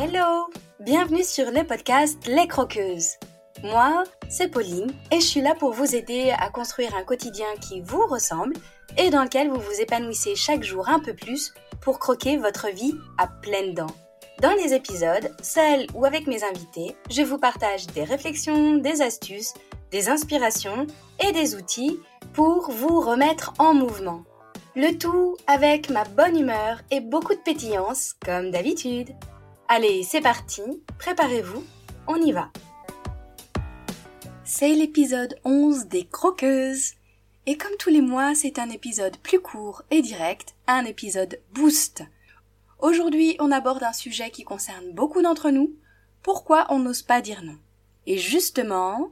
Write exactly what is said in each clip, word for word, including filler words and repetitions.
Hello! Bienvenue sur le podcast Les Croqueuses. Moi, c'est Pauline et je suis là pour vous aider à construire un quotidien qui vous ressemble et dans lequel vous vous épanouissez chaque jour un peu plus pour croquer votre vie à pleines dents. Dans les épisodes, seul ou avec mes invités, je vous partage des réflexions, des astuces, des inspirations et des outils pour vous remettre en mouvement. Le tout avec ma bonne humeur et beaucoup de pétillance, comme d'habitude. Allez, c'est parti, préparez-vous, on y va. C'est l'épisode onze des Croqueuses. Et comme tous les mois, c'est un épisode plus court et direct, un épisode boost. Aujourd'hui, on aborde un sujet qui concerne beaucoup d'entre nous. Pourquoi on n'ose pas dire non? Et justement...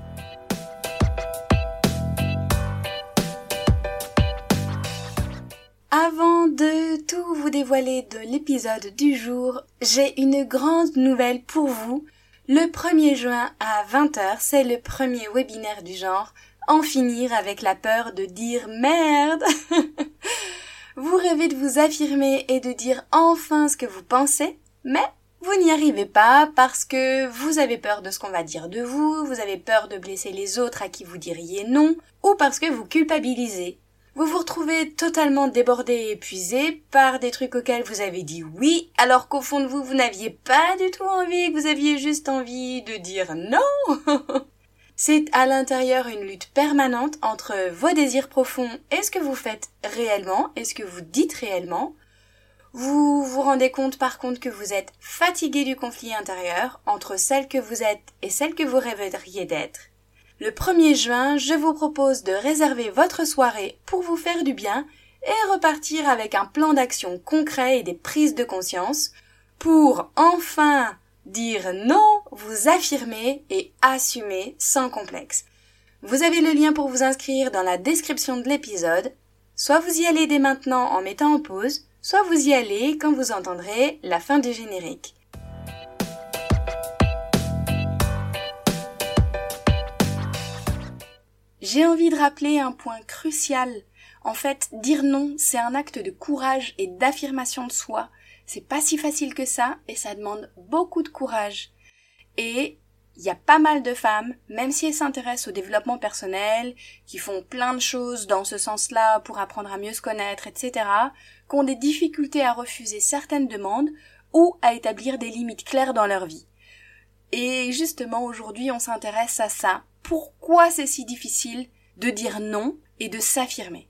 Avant de tout vous dévoiler de l'épisode du jour, j'ai une grande nouvelle pour vous. Le premier juin à vingt heures, c'est le premier webinaire du genre « En finir avec la peur de dire merde ». Vous rêvez de vous affirmer et de dire enfin ce que vous pensez, mais vous n'y arrivez pas parce que vous avez peur de ce qu'on va dire de vous, vous avez peur de blesser les autres à qui vous diriez non, ou parce que vous culpabilisez. Vous vous retrouvez totalement débordé et épuisé par des trucs auxquels vous avez dit oui, alors qu'au fond de vous, vous n'aviez pas du tout envie, que vous aviez juste envie de dire non. C'est à l'intérieur une lutte permanente entre vos désirs profonds et ce que vous faites réellement, et ce que vous dites réellement. Vous vous rendez compte par contre que vous êtes fatigué du conflit intérieur entre celle que vous êtes et celle que vous rêveriez d'être. Le premier juin, je vous propose de réserver votre soirée pour vous faire du bien et repartir avec un plan d'action concret et des prises de conscience pour enfin dire non, vous affirmer et assumer sans complexe. Vous avez le lien pour vous inscrire dans la description de l'épisode. Soit vous y allez dès maintenant en mettant en pause, soit vous y allez quand vous entendrez la fin du générique. J'ai envie de rappeler un point crucial. En fait, dire non, c'est un acte de courage et d'affirmation de soi. C'est pas si facile que ça et ça demande beaucoup de courage. Et il y a pas mal de femmes, même si elles s'intéressent au développement personnel, qui font plein de choses dans ce sens-là pour apprendre à mieux se connaître, et cetera, qui ont des difficultés à refuser certaines demandes ou à établir des limites claires dans leur vie. Et justement, aujourd'hui, on s'intéresse à ça. Pourquoi c'est si difficile de dire non et de s'affirmer?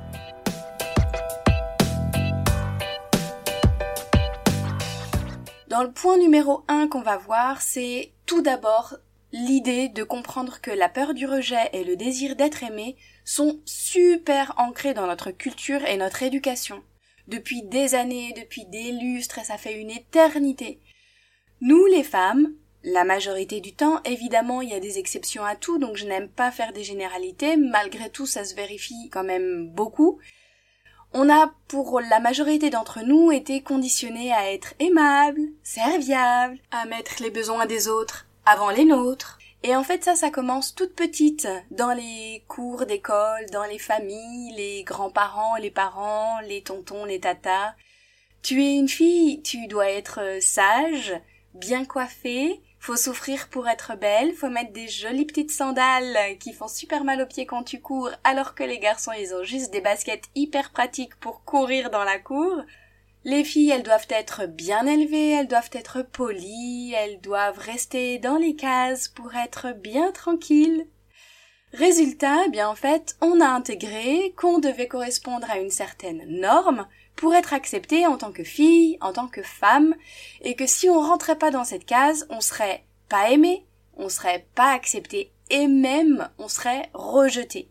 Dans le point numéro un qu'on va voir, c'est tout d'abord l'idée de comprendre que la peur du rejet et le désir d'être aimé sont super ancrés dans notre culture et notre éducation. Depuis des années, depuis des lustres, et ça fait une éternité. Nous, les femmes, la majorité du temps, évidemment, il y a des exceptions à tout, donc je n'aime pas faire des généralités, malgré tout, ça se vérifie quand même beaucoup. On a, pour la majorité d'entre nous, été conditionnés à être aimables, serviables, à mettre les besoins des autres avant les nôtres. Et en fait, ça, ça commence toute petite, dans les cours d'école, dans les familles, les grands-parents, les parents, les tontons, les tatas. Tu es une fille, tu dois être sage, bien coiffée, faut souffrir pour être belle, faut mettre des jolies petites sandales qui font super mal aux pieds quand tu cours, alors que les garçons, ils ont juste des baskets hyper pratiques pour courir dans la cour. Les filles, elles doivent être bien élevées, elles doivent être polies, elles doivent rester dans les cases pour être bien tranquilles. Résultat, eh bien en fait, on a intégré qu'on devait correspondre à une certaine norme pour être acceptée en tant que fille, en tant que femme, et que si on rentrait pas dans cette case, on serait pas aimé, on serait pas accepté, et même on serait rejeté.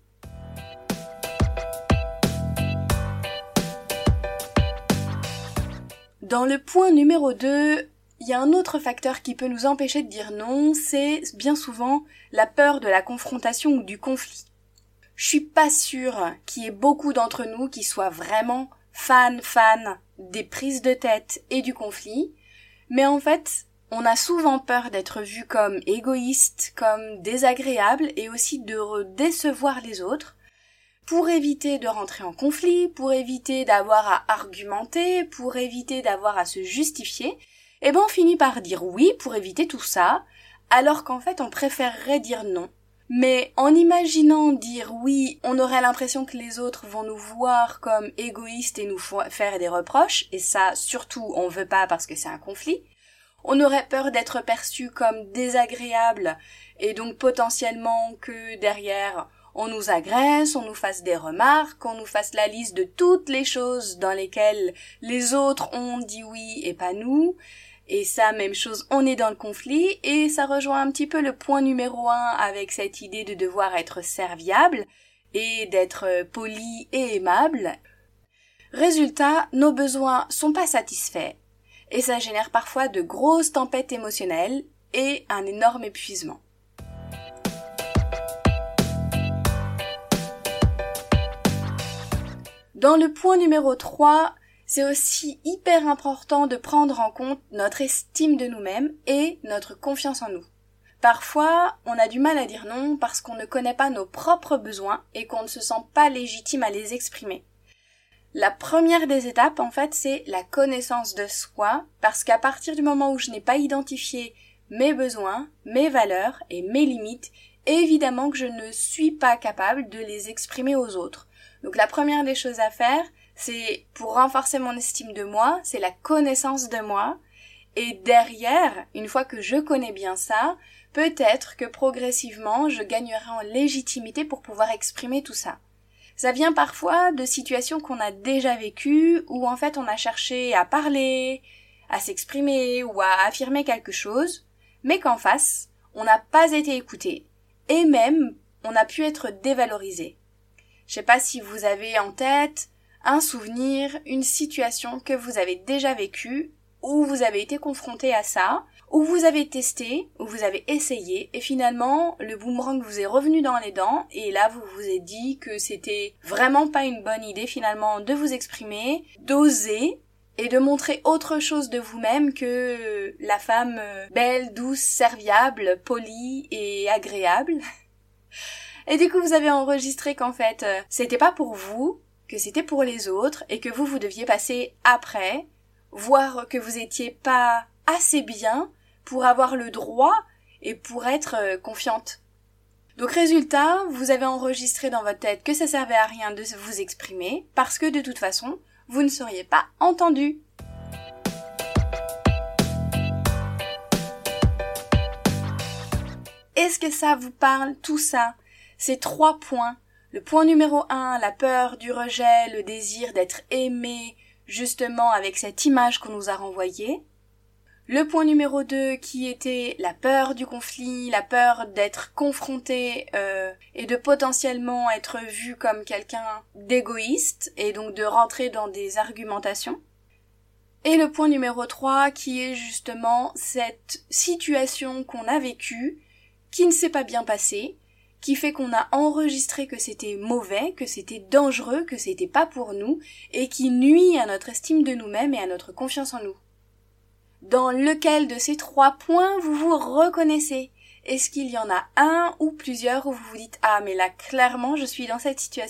Dans le point numéro deux, il y a un autre facteur qui peut nous empêcher de dire non, c'est bien souvent la peur de la confrontation ou du conflit. Je suis pas sûre qu'il y ait beaucoup d'entre nous qui soient vraiment fans, fans des prises de tête et du conflit, mais en fait, on a souvent peur d'être vu comme égoïste, comme désagréable et aussi de décevoir les autres, pour éviter de rentrer en conflit, pour éviter d'avoir à argumenter, pour éviter d'avoir à se justifier, eh ben on finit par dire oui pour éviter tout ça, alors qu'en fait on préférerait dire non. Mais en imaginant dire oui, on aurait l'impression que les autres vont nous voir comme égoïstes et nous faire des reproches, et ça surtout on veut pas parce que c'est un conflit. On aurait peur d'être perçu comme désagréable et donc potentiellement que derrière on nous agresse, on nous fasse des remarques, on nous fasse la liste de toutes les choses dans lesquelles les autres ont dit oui et pas nous. Et ça, même chose, on est dans le conflit, et ça rejoint un petit peu le point numéro un avec cette idée de devoir être serviable et d'être poli et aimable. Résultat, nos besoins sont pas satisfaits, et ça génère parfois de grosses tempêtes émotionnelles et un énorme épuisement. Dans le point numéro trois, c'est aussi hyper important de prendre en compte notre estime de nous-mêmes et notre confiance en nous. Parfois, on a du mal à dire non parce qu'on ne connaît pas nos propres besoins et qu'on ne se sent pas légitime à les exprimer. La première des étapes, en fait, c'est la connaissance de soi, parce qu'à partir du moment où je n'ai pas identifié mes besoins, mes valeurs et mes limites, évidemment que je ne suis pas capable de les exprimer aux autres. Donc la première des choses à faire, c'est pour renforcer mon estime de moi, c'est la connaissance de moi. Et derrière, une fois que je connais bien ça, peut-être que progressivement, je gagnerai en légitimité pour pouvoir exprimer tout ça. Ça vient parfois de situations qu'on a déjà vécues, où en fait on a cherché à parler, à s'exprimer ou à affirmer quelque chose, mais qu'en face, on n'a pas été écouté. Et même, on a pu être dévalorisé. Je sais pas si vous avez en tête un souvenir, une situation que vous avez déjà vécue, où vous avez été confronté à ça, où vous avez testé, où vous avez essayé, et finalement, le boomerang vous est revenu dans les dents, et là, vous vous êtes dit que c'était vraiment pas une bonne idée, finalement, de vous exprimer, d'oser, et de montrer autre chose de vous-même que la femme belle, douce, serviable, polie et agréable. Et du coup, vous avez enregistré qu'en fait, c'était pas pour vous, que c'était pour les autres, et que vous, vous deviez passer après, voir que vous étiez pas assez bien pour avoir le droit et pour être euh, confiante. Donc résultat, vous avez enregistré dans votre tête que ça servait à rien de vous exprimer, parce que de toute façon, vous ne seriez pas entendu. Est-ce que ça vous parle, tout ça? Ces trois points. Le point numéro un, la peur du rejet, le désir d'être aimé, justement avec cette image qu'on nous a renvoyée. Le point numéro deux, qui était la peur du conflit, la peur d'être confronté euh, et de potentiellement être vu comme quelqu'un d'égoïste et donc de rentrer dans des argumentations. Et le point numéro trois, qui est justement cette situation qu'on a vécue, qui ne s'est pas bien passée, qui fait qu'on a enregistré que c'était mauvais, que c'était dangereux, que c'était pas pour nous, et qui nuit à notre estime de nous-mêmes et à notre confiance en nous. Dans lequel de ces trois points vous vous reconnaissez? Est-ce qu'il y en a un ou plusieurs où vous vous dites « Ah, mais là, clairement, je suis dans cette situation ».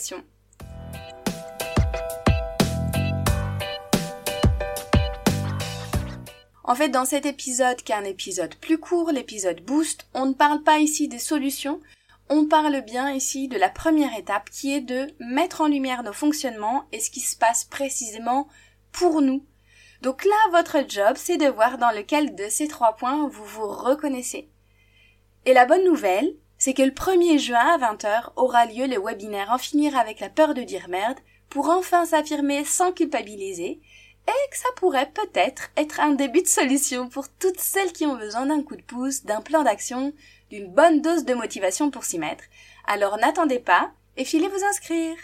En fait, dans cet épisode, qui est un épisode plus court, l'épisode Boost, on ne parle pas ici des solutions, on parle bien ici de la première étape qui est de mettre en lumière nos fonctionnements et ce qui se passe précisément pour nous. Donc là, votre job, c'est de voir dans lequel de ces trois points vous vous reconnaissez. Et la bonne nouvelle, c'est que le premier juin à vingt heures aura lieu le webinaire En finir avec la peur de dire merde pour enfin s'affirmer sans culpabiliser et que ça pourrait peut-être être un début de solution pour toutes celles qui ont besoin d'un coup de pouce, d'un plan d'action, d'une bonne dose de motivation pour s'y mettre. Alors n'attendez pas et filez vous inscrire.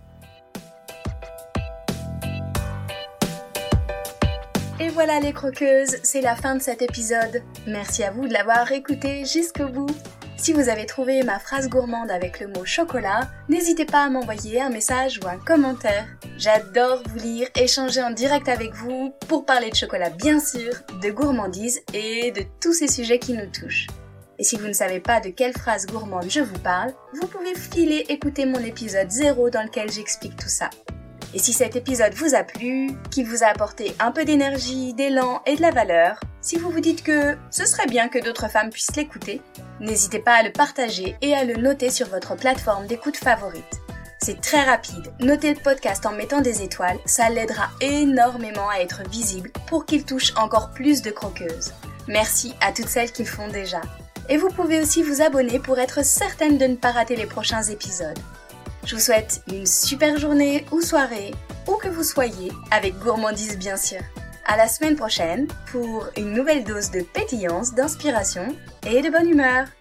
Et voilà les croqueuses, c'est la fin de cet épisode. Merci à vous de l'avoir écouté jusqu'au bout. Si vous avez trouvé ma phrase gourmande avec le mot chocolat, n'hésitez pas à m'envoyer un message ou un commentaire. J'adore vous lire, échanger en direct avec vous pour parler de chocolat bien sûr, de gourmandise et de tous ces sujets qui nous touchent. Et si vous ne savez pas de quelle phrase gourmande je vous parle, vous pouvez filer écouter mon épisode zéro dans lequel j'explique tout ça. Et si cet épisode vous a plu, qu'il vous a apporté un peu d'énergie, d'élan et de la valeur, si vous vous dites que ce serait bien que d'autres femmes puissent l'écouter, n'hésitez pas à le partager et à le noter sur votre plateforme d'écoute favorite. C'est très rapide, notez le podcast en mettant des étoiles, ça l'aidera énormément à être visible pour qu'il touche encore plus de croqueuses. Merci à toutes celles qui le font déjà. Et vous pouvez aussi vous abonner pour être certaine de ne pas rater les prochains épisodes. Je vous souhaite une super journée ou soirée, où que vous soyez, avec gourmandise bien sûr. À la semaine prochaine pour une nouvelle dose de pétillance, d'inspiration et de bonne humeur.